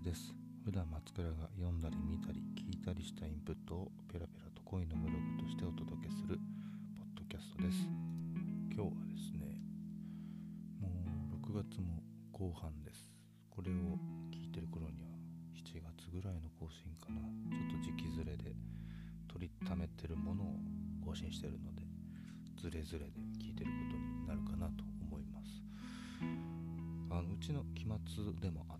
です。普段松倉が読んだり見たり聞いたりしたインプットをペラペラと恋のブログとしてお届けするポッドキャストです。今日はですね、もう6月も後半です。これを聞いてる頃には7月ぐらいの更新かな。ちょっと時期ずれで取りためてるものを更新してるので、ズレズレで聞いてることになるかなと思います。うちの期末でもあって、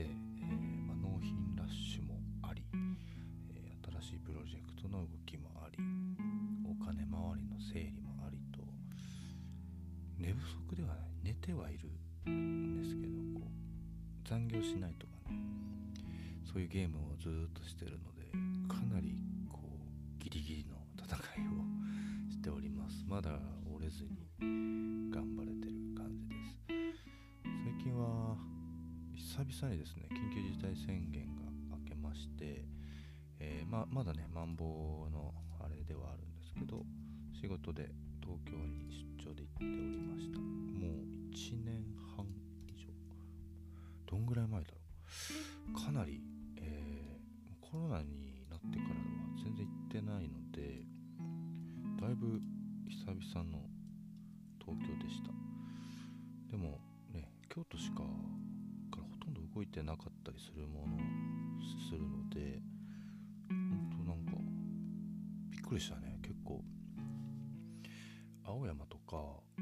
納品ラッシュもあり、新しいプロジェクトの動きもあり、お金回りの整理もありと、寝不足ではない、寝てはいるんですけど、残業しないとかね、そういうゲームをずっとしてるので、かなりギリギリの戦いをしております。まだ折れずに頑張れてる感じです。最近は久々にですね、緊急事態宣言が明けまして、まだね、マンボウのあれではあるんですけど、仕事で東京に出張で行っておりました。もう1年半以上、どんぐらい前だろう、かなり、コロナになってからは全然行ってないので、だいぶ久々の東京でした。でもね、京都しかからほとんど動いてなかったりするので、本当なんかびっくりしたね。結構青山とか、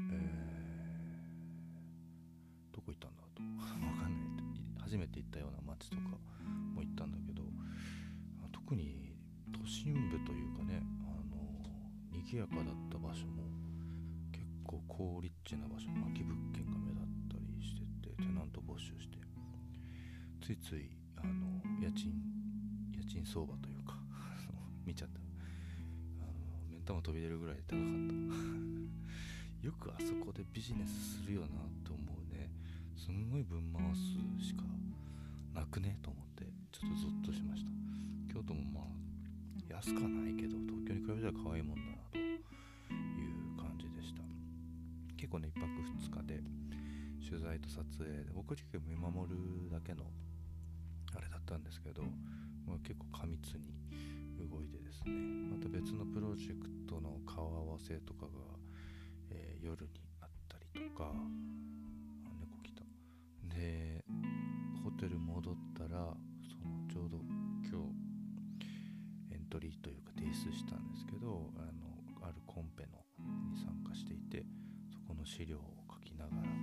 どこ行ったんだとわかんない、初めて行ったような街とかも行ったんだけど、特に都心部というかね、賑やかだった場所も結構高立地な場所、空き物件が目立ったりしてて、テナント募集して、ついつい家賃相場というか見ちゃった。目ん玉飛び出るぐらい高かったよくあそこでビジネスするよなと思うね。すんごい分回すしかなくねと思って、ちょっとゾッとしました。京都も安くはないけど、東京に比べたら可愛いもんだなという感じでした。結構ね、1泊2日で取材と撮影で、僕は結構見守るだけのあれだったんですけど、結構過密に動いてですね、また別のプロジェクトの顔合わせとかが、夜にあったりとか、猫来たで、ホテル戻ったら、ちょうど今日エントリーというか提出したんですけど、あるコンペに参加していて、そこの資料を書きながら、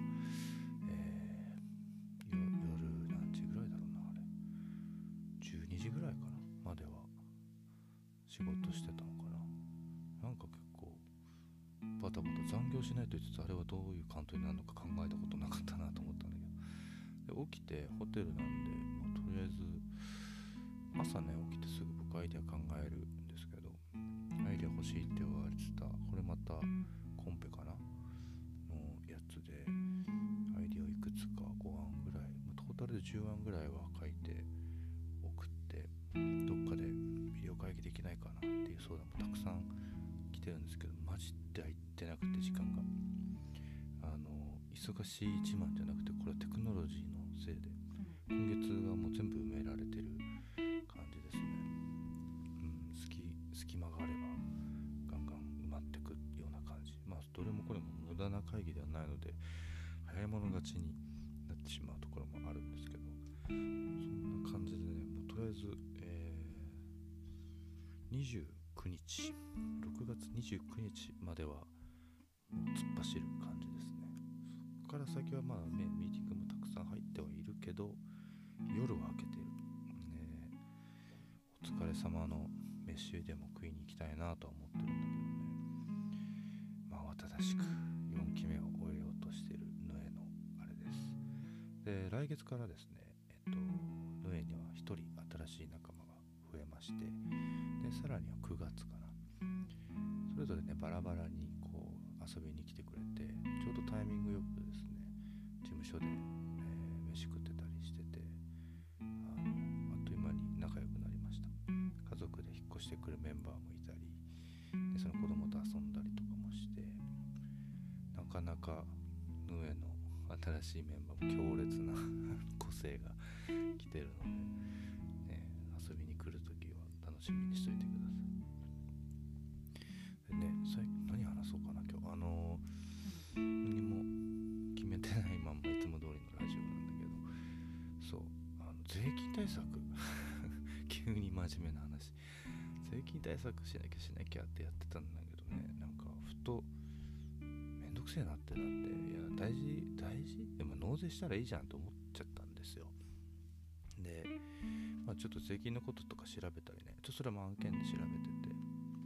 夜何時ぐらいだろうな、あれ12時ぐらいかなまでは仕事してたのかな。なんか結構バタバタ残業しないと言ってた。あれはどういうカウントになるのか考えたことなかったなと思ったんだけど、で起きてホテルなんで、とりあえず朝ね、起きてすぐ僕アイデア考えるんですけど、アイデア欲しいって言われてた、これまたコンペかなのやつで、アイデアをいくつか5案ぐらい、トータルで10案ぐらいは書いて送って、どっかでビデオ会議できないかなっていう相談もたくさん来てるんですけど、マジで空いてなくて、時間が忙しい一番じゃなくて、これはテクノロジーのせいで今月はもう全部埋められてる感じですね。隙間があればガンガン埋まってくような感じ。どれもこれも無駄な会議ではないので、早い者勝ちになってしまうところもあるんですけど、そんな感じでね、とりあえず、29日6月29日までは突っ走る感じですね。そこから先はミーティングもたくさん入ってはいるけど、夜は明けてる、お疲れ様の飯でも食いに行きたいなとは思ってるんだけどね。慌ただしく4期目を終えようとしているヌエのあれです。で、来月からですね、ヌエには1人新しい仲間が増えまして、でさらには9月かな、それぞれね、バラバラに遊びに来てくれて、ちょうどタイミングよくですね、事務所で、飯食ってたりしてて、あっという間に仲良くなりました。家族で引っ越してくるメンバーもいたりで、その子供と遊んだりとかもして、なかなかヌエの新しいメンバーも強烈な個性が来てるので、ね、遊びに来るときは楽しみにしといてください。でね、何話そうかな今日。何も決めてないまんまいつも通りのラジオなんだけど、そう税金対策急に真面目な話。税金対策しなきゃってやってたんだけどね、なんかふとめんどくせえなってなって、いや大事でも納税したらいいじゃんと思っちゃったんですよ。で、ちょっと税金のこととか調べたりね、それも案件で調べてて、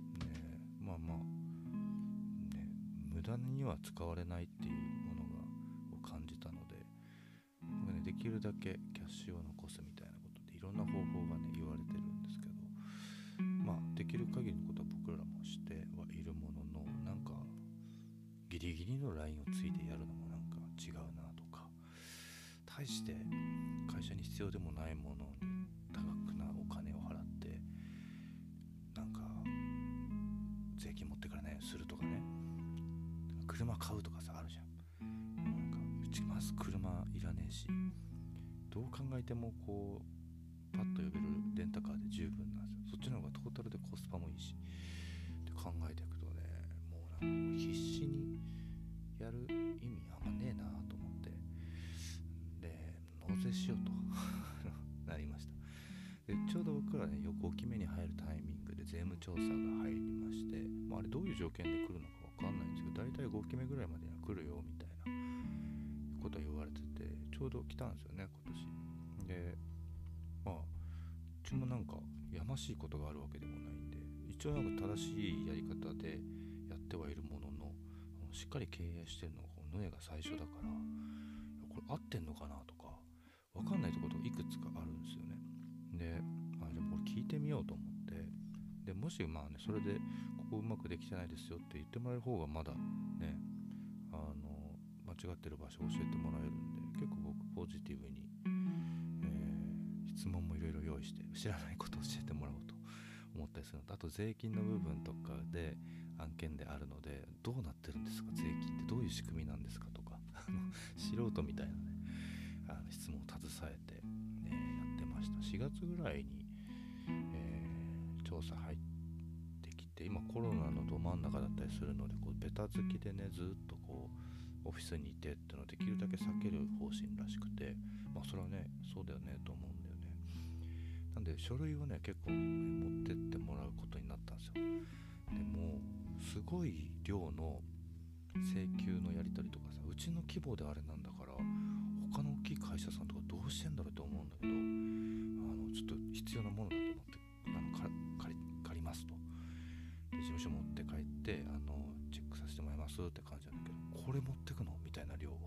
ね、無駄には使われないっていうものを感じたので、僕ね、できるだけキャッシュを残すみたいなことでいろんな方法がね言われてるんですけど、できる限りのことは僕らもしてはいるものの、なんかギリギリのラインをついてやるのもなんか違うなとか、対して会社に必要でもないものに多額なお金を払ってなんか税金持ってからねするとかね、車買うとかさあるじゃん。なんかうちまず車いらねえし、どう考えてもこうパッと呼べるレンタカーで十分なんですよ。そっちの方がトータルでコスパもいいしって考えていくとね、もうなんか必死にやる意味あんまねえなと思って、で納税しようとなりました。でちょうど僕らね5期目に入るタイミングで税務調査が入りまして、あれどういう条件で来るのか分かんないんですけど、大体5期目ぐらいまでには来るよみたいなことは言われてて、ちょうど来たんですよね今年で。うちもなんかやましいことがあるわけでもないんで、一応なんか正しいやり方でやってはいるものの、しっかり経営してるのがヌエが最初だから、これ合ってんのかなとか分かんないところがいくつかあるんですよね。で、じゃあこれ聞いてみようと思って、でもしそれでここうまくできてないですよって言ってもらえる方がまだね、間違ってる場所を教えてもらえるんで、結構僕ポジティブに、質問もいろいろ用意して知らないことを教えてもらおうと思ったりするのと、あと税金の部分とかで案件であるので、どうなってるんですか、税金ってどういう仕組みなんですかとか素人みたいなね質問を携えて、やってました。4月ぐらいに、調査入ってきて、今コロナのど真ん中だったりするので、こうベタ付きでねずっとこうオフィスにいてっていうのをできるだけ避ける方針らしくて、それはねそうだよねと思うんだよね。なんで書類をね結構持ってってもらうことになったんですよ。でもすごい量の請求のやり取りとかさ、うちの規模であれなんだから、他の大きい会社さんとかどうしてんだろうと思うんだけど、ちょっと必要なものだと思って借りますと。で事務所持って帰ってチェックさせてもらいますって感じなんだけど、これ持ってくのみたいな量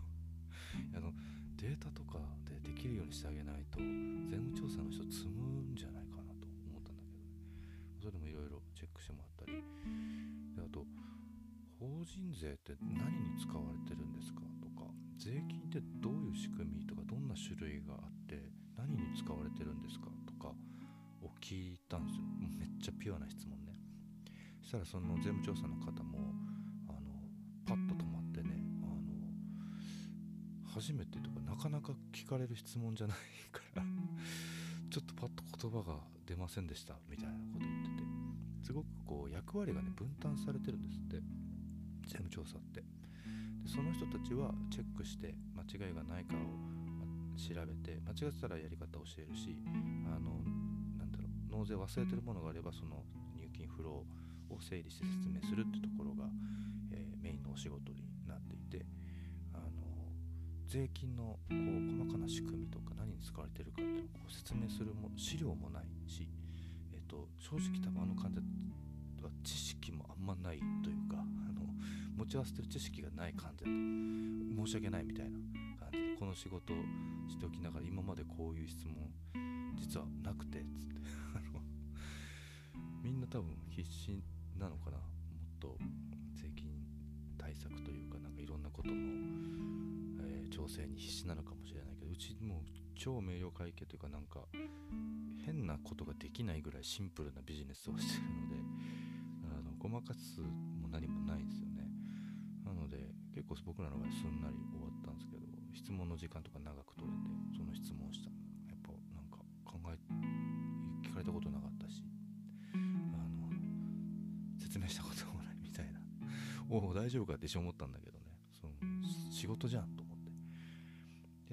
データとかでできるようにしてあげないと税務調査の人積むんじゃないかなと思ったんだけどね。それでもいろいろチェックしてもらったりで、あと法人税って何に使われてるんですかとか、税金ってどういう仕組みとかどんな種類があって何に使われてるんですかとかを聞いたんですよ。めっちゃピュアな質問ね。そしたらその税務調査の方もパッと止まってね、初めてとかなかなか聞かれる質問じゃないからちょっとパッと言葉が出ませんでしたみたいなこと言ってて、すごくこう役割がね分担されてるんですって税務調査って。でその人たちはチェックして間違いがないかを調べて、間違ってたらやり方を教えるし、納税忘れてるものがあればその入金フローを整理して説明するってところが、メインのお仕事になっていて、税金のこう細かな仕組みとか何に使われてるかっていうのをこう説明する資料もないし、正直多分患者は知識もあんまないというか、持ち合わせてる知識がない患者で申し訳ないみたいな感じで、この仕事をしておきながら今までこういう質問実はなくてつってみんな多分必死なのかな、もっと税金対策というかなんかいろんなことの、調整に必死なのかもしれないけど、うちもう超明瞭会計というかなんか変なことができないぐらいシンプルなビジネスをしてるので、ごまかすも何もないんですよね。なので結構構僕らの場合すんなり終わったんですけど、質問の時間とか長く取れて、その質問したのやっぱなんか聞かれたことなかったし、説明したこともないみたいなおお大丈夫かって一瞬思ったんだけどね、その仕事じゃんと思って。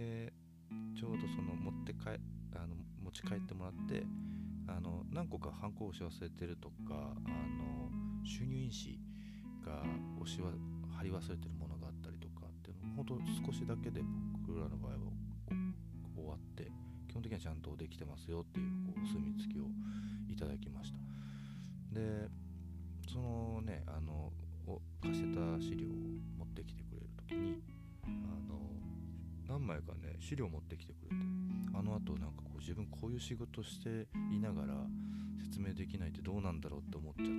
でちょうどその持ち帰ってもらって、何個かハンコを押し忘れてるとか、収入印紙が貼り忘れてるものがあったりとかっていうのほんと少しだけで僕らの場合は終わって、基本的にはちゃんとできてますよっていうお墨付きをいただきました。でそのね貸してた資料を持ってきてくれるときに何枚かね資料持ってきてくれて、あとなんか自分こういう仕事していながら説明できないってどうなんだろうって思っちゃって、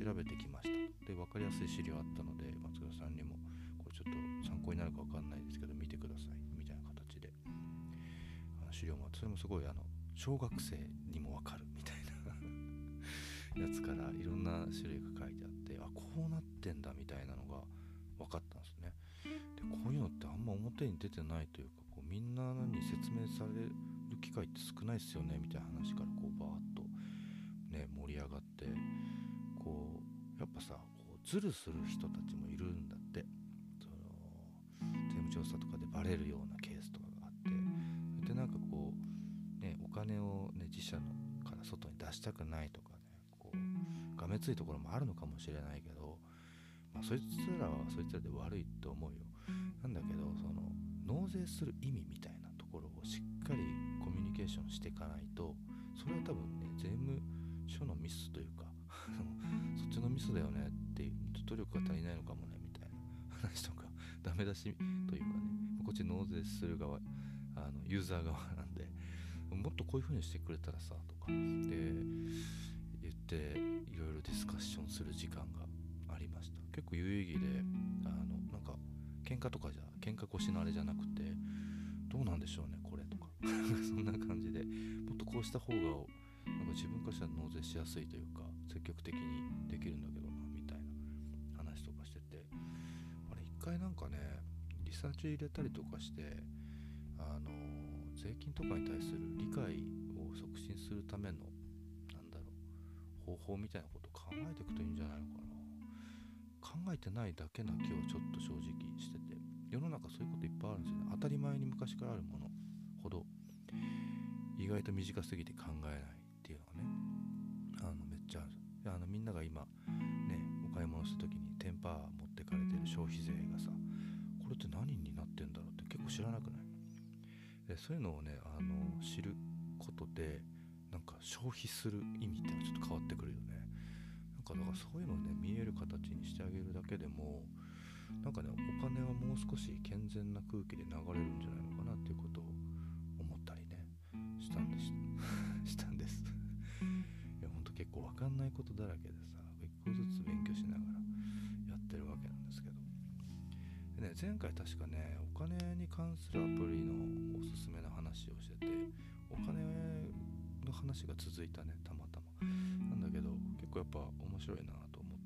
調べてきました。で分かりやすい資料あったので、松倉さんにもこれちょっと参考になるか分かんないですけど見てくださいみたいな形で資料もあって、それもすごい小学生にも分かるみたいなやつからいろんな種類が書いてあって、こうなってんだみたいなのが分かったんですね。でこういうのってあんま表に出てないというか、みんなに説明される機会って少ないっすよねみたいな話からバーッとね盛り上がって、やっぱさズルする人たちもいるんだって。税務調査とかでバレるようなケースとかがあって、それでなんかお金をね自社のから外に出したくないとかね、がめついところもあるのかもしれないけど、そいつらはそいつらで悪いと思うよ。なんだけど納税する意味みたいなところをしっかりコミュニケーションしていかないと、それは多分ね税務署のミスというかそっちのミスだよねっていう、努力が足りないのかもねみたいな話とか、ダメ出しというかね、こっち納税する側ユーザー側なんで、もっとこういう風にしてくれたらさとかで言っていろいろディスカッションする時間がありました。結構有意義で、なんか喧嘩越しのあれじゃなくて、どうなんでしょうねこれとかそんな感じで、もっとこうした方がなんか自分からしたら納税しやすいというか積極的にできるんだけどなみたいな話とかしてて、一回なんかねリサーチ入れたりとかして、税金とかに対する理解を促進するための方法みたいなことを考えていくといいんじゃないのかな。考えてないだけな気はちょっと正直してて、世の中そういうこといっぱいあるんですよね。当たり前に昔からあるものほど意外と短すぎて考えないっていうのがねめっちゃあるんですよ。みんなが今ねお買い物するときに10%持ってかれてる消費税がさ、これって何になってんだろうって結構知らなくない？でそういうのをね知ることでなんか消費する意味ってのはちょっと変わってくるよね。だからそういうのをね見える形にしてあげるだけでもなんかねお金はもう少し健全な空気で流れるんじゃないのかなっていうことを思ったりねしたんですしたんですいやほんと結構わかんないことだらけでさ、一個ずつ勉強しながらやってるわけなんですけど、でね、前回確かねお金に関するアプリのおすすめの話をしてて、お金の話が続いたね、たまたまなんだけど結構やっぱ面白いなと思って、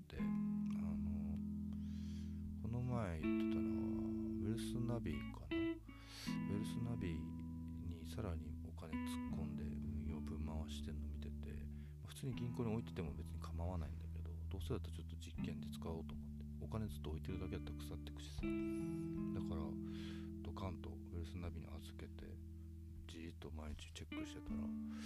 この前言ってたのはウェルスナビかな。ウェルスナビにさらにお金突っ込んで運用分回してんの見てて、普通に銀行に置いてても別に構わないんだけど、どうせだったらちょっと実験で使おうと思って、お金ずっと置いてるだけだったら腐ってくしさ、だからドカンとウェルスナビに預けてじーっと毎日チェックしてたら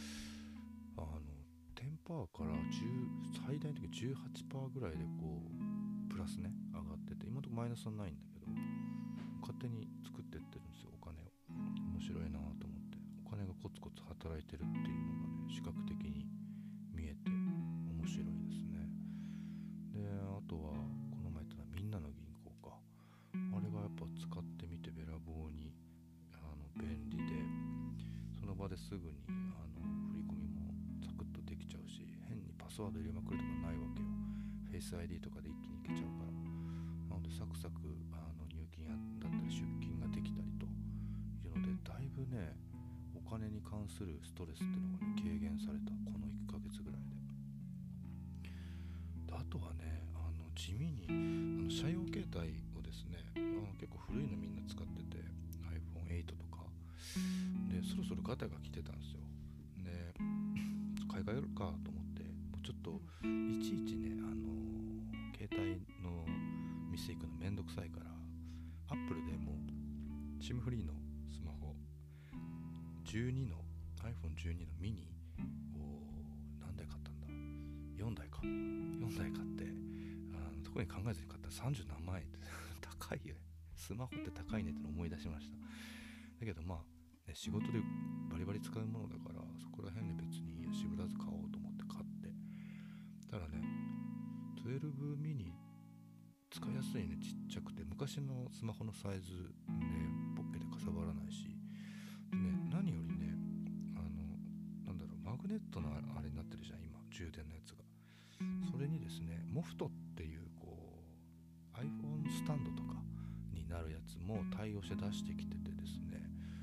10%から最大の時 18% ぐらいでプラスね上がってて、今のところマイナスはないんだけど勝手に作ってってるんですよお金を。面白いなと思って、お金がコツコツ働いてるっていうのがね視覚的に見えて面白いですね。であとはこの前言ったのはみんなの銀行か、あれがやっぱ使ってみてべらぼうに便利で、その場ですぐに振り込みもサクッとできちゃうし、変にパスワード入れまくるとかないわけよ。フェイス ID とかで一気にいけちゃうから、なのでサクサク入金だったり出金ができたりというので、だいぶねお金に関するストレスっていうのがね軽減された、この1ヶ月ぐらいで。あとはね地味に社用携帯をガタが来てたんですよ。で買い替えるかと思って、もうちょっといちいちね携帯の店行くのめんどくさいから、アップルでもうSIMフリーのスマホ12の iPhone12 のミニを何台買ったんだ、4台買って特に考えずに買ったら30何万円って高いよね。スマホって高いねっての思い出しました。だけどまあ、ね、仕事でバリバリ使うものだから、そこら辺で別にいいや、渋らず買おうと思って買って、ただね12ミニ使いやすいね。ちっちゃくて昔のスマホのサイズでポッケでかさばらないし、でね、何よりねなんだろう、マグネットのあれになってるじゃん今、充電のやつが。それにですね、モフトっていうこう iPhone スタンドとかになるやつも対応して出してきててですね、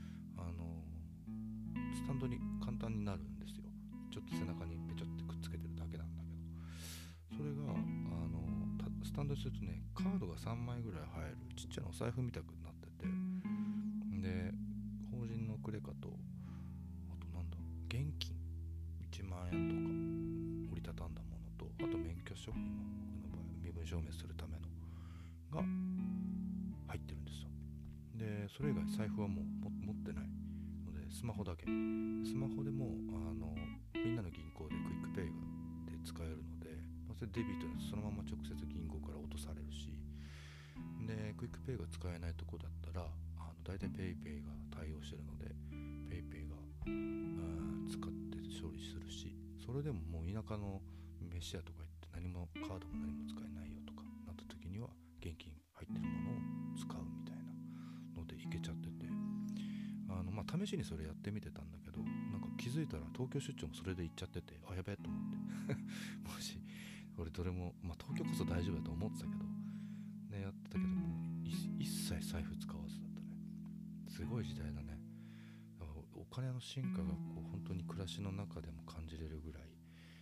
スタンドに簡単になるんですよ。ちょっと背中にペチョってくっつけてるだけなんだけど、それがスタンドにするとね、カードが3枚ぐらい入るちっちゃなお財布みたくなってて、で法人のクレカと、あとなんだ、現金1万円とか折りたたんだものと、あと免許証、僕の場合身分証明するためのが入ってるんですよ。でそれ以外財布はもう持ってないので、スマホだけ。スマホでもみんなの銀行でクイックペイで使えるので、それデビットでそのまま直接銀行から落とされるし、でクイックペイが使えないとこだったらだいたいペイペイが対応してるので、ペイペイが使って処理するし、それでももう田舎の飯屋とか行って何もカードも何も使えないよとかなった時には、現金入ってるものを使うみたいなのでいけちゃってて、試しにそれやってみてたんだけど、なんか気づいたら東京出張もそれで行っちゃってて、あ、やべえと思ってもし俺どれも、東京こそ大丈夫だと思ってたけどね、やってたけども一切財布使わずだったね。すごい時代だね。だからお金の進化がこう本当に暮らしの中でも感じれるぐらい、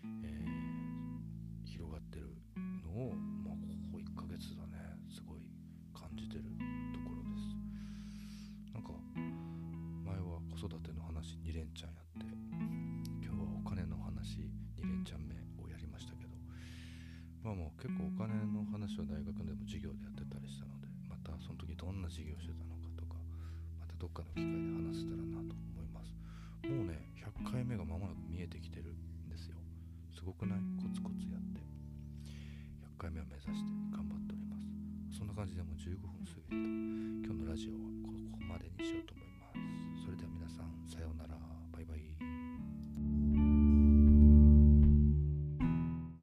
広がってるのを、ここ1ヶ月だね、すごい感じてるところです。なんか前は子育ての話2連チャンやって、今日はお金の話2連チャン目をやりましたけど、もう結構お金の話は大学でも授業でやってたりしたので、またその時どんな授業してたのかとか、またどっかの機会で話せたらなと思います。もうね100回目が間もなく見えてきてるんですよ。すごくない？コツコツやって100回目を目指して頑張っております。そんな感じでもう15分過ぎてた。